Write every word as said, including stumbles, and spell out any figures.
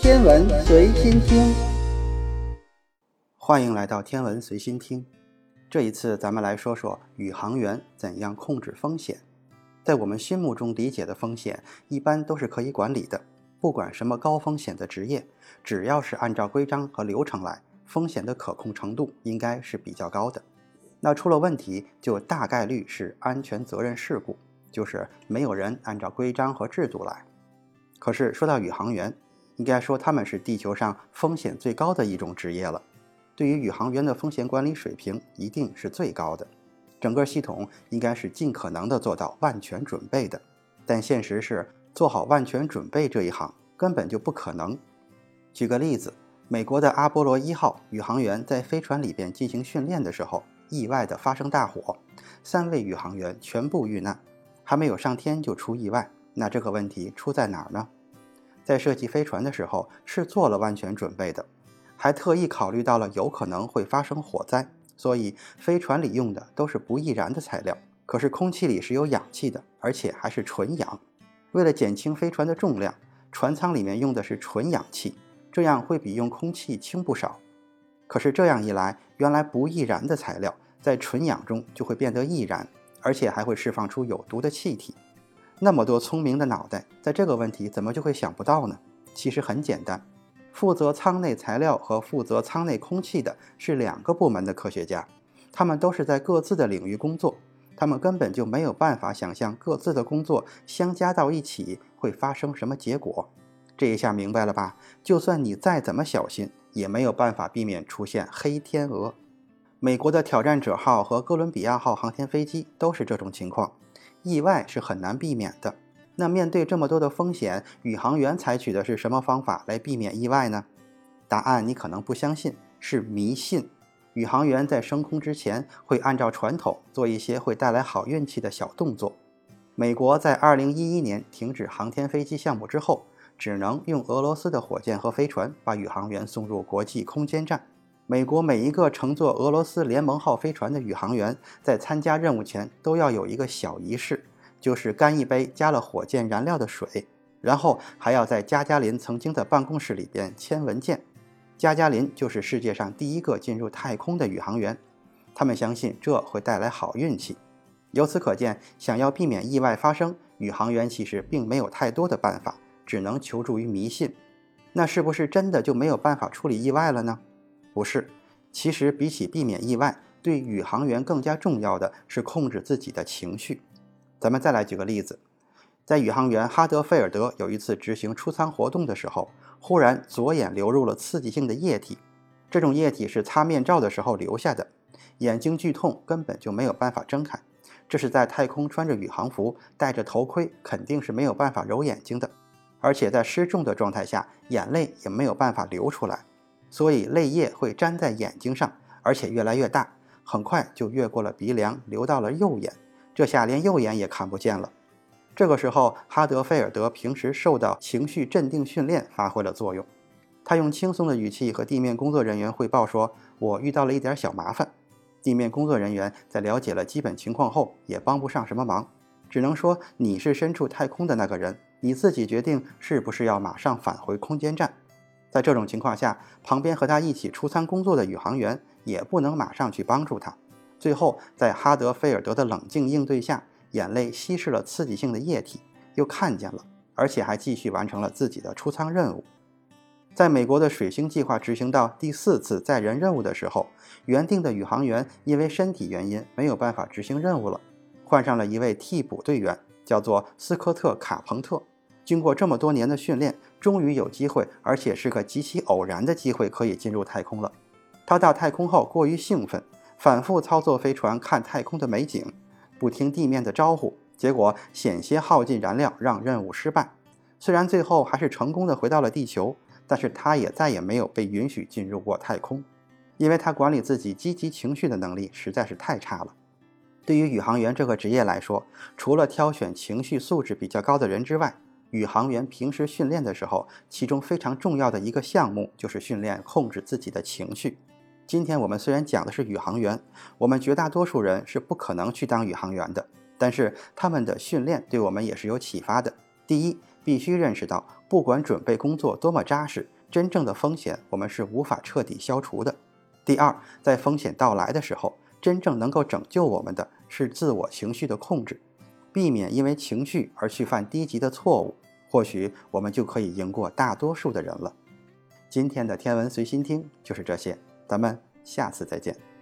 天文随心听， 欢迎来到天文随心听。这一次咱们来说说宇航员怎样控制风险。在我们心目中理解的风险一般都是可以管理的，不管什么高风险的职业，只要是按照规章和流程来，风险的可控程度应该是比较高的。那出了问题就大概率是安全责任事故，就是没有人按照规章和制度来。可是说到宇航员，应该说他们是地球上风险最高的一种职业了。对于宇航员的风险管理水平一定是最高的，整个系统应该是尽可能的做到万全准备的。但现实是，做好万全准备这一行根本就不可能。举个例子，美国的阿波罗一号宇航员在飞船里边进行训练的时候，意外的发生大火，三位宇航员全部遇难，还没有上天就出意外。那这个问题出在哪儿呢？在设计飞船的时候是做了万全准备的，还特意考虑到了有可能会发生火灾，所以飞船里用的都是不易燃的材料。可是空气里是有氧气的，而且还是纯氧。为了减轻飞船的重量，船舱里面用的是纯氧气，这样会比用空气轻不少。可是这样一来，原来不易燃的材料在纯氧中就会变得易燃，而且还会释放出有毒的气体。那么多聪明的脑袋，在这个问题怎么就会想不到呢？其实很简单，负责舱内材料和负责舱内空气的是两个部门的科学家，他们都是在各自的领域工作，他们根本就没有办法想象各自的工作相加到一起会发生什么结果。这一下明白了吧？就算你再怎么小心，也没有办法避免出现黑天鹅。美国的挑战者号和哥伦比亚号航天飞机都是这种情况，意外是很难避免的。那面对这么多的风险，宇航员采取的是什么方法来避免意外呢？答案你可能不相信，是迷信。宇航员在升空之前会按照传统做一些会带来好运气的小动作。美国在二零一一年停止航天飞机项目之后，只能用俄罗斯的火箭和飞船把宇航员送入国际空间站。美国每一个乘坐俄罗斯联盟号飞船的宇航员在参加任务前都要有一个小仪式，就是干一杯加了火箭燃料的水，然后还要在加加林曾经的办公室里边签文件。加加林就是世界上第一个进入太空的宇航员，他们相信这会带来好运气。由此可见，想要避免意外发生，宇航员其实并没有太多的办法，只能求助于迷信。那是不是真的就没有办法处理意外了呢？不是，其实比起避免意外，对宇航员更加重要的是控制自己的情绪。咱们再来举个例子，在宇航员哈德菲尔德有一次执行出舱活动的时候，忽然左眼流入了刺激性的液体，这种液体是擦面罩的时候留下的，眼睛剧痛，根本就没有办法睁开。这是在太空穿着宇航服，戴着头盔，肯定是没有办法揉眼睛的，而且在失重的状态下，眼泪也没有办法流出来，所以泪液会粘在眼睛上，而且越来越大，很快就越过了鼻梁，流到了右眼，这下连右眼也看不见了。这个时候，哈德菲尔德平时受到情绪镇定训练发挥了作用，他用轻松的语气和地面工作人员汇报说，我遇到了一点小麻烦。地面工作人员在了解了基本情况后也帮不上什么忙，只能说你是身处太空的那个人，你自己决定是不是要马上返回空间站。在这种情况下，旁边和他一起出舱工作的宇航员也不能马上去帮助他。最后在哈德菲尔德的冷静应对下，眼泪稀释了刺激性的液体，又看见了，而且还继续完成了自己的出舱任务。在美国的水星计划执行到第四次载人任务的时候，原定的宇航员因为身体原因没有办法执行任务了，换上了一位替补队员，叫做斯科特·卡彭特。经过这么多年的训练，终于有机会，而且是个极其偶然的机会，可以进入太空了。他到太空后过于兴奋，反复操作飞船看太空的美景，不听地面的招呼，结果险些耗尽燃料，让任务失败。虽然最后还是成功的回到了地球，但是他也再也没有被允许进入过太空，因为他管理自己积极情绪的能力实在是太差了。对于宇航员这个职业来说，除了挑选情绪素质比较高的人之外，宇航员平时训练的时候，其中非常重要的一个项目就是训练控制自己的情绪。今天我们虽然讲的是宇航员，我们绝大多数人是不可能去当宇航员的，但是他们的训练对我们也是有启发的。第一，必须认识到不管准备工作多么扎实， 真正的风险我们是无法彻底消除的。第二，在风险到来的时候，真正能够拯救我们的是自我情绪的控制，避免因为情绪而去犯低级的错误，或许我们就可以赢过大多数的人了。今天的天文随心听就是这些，咱们下次再见。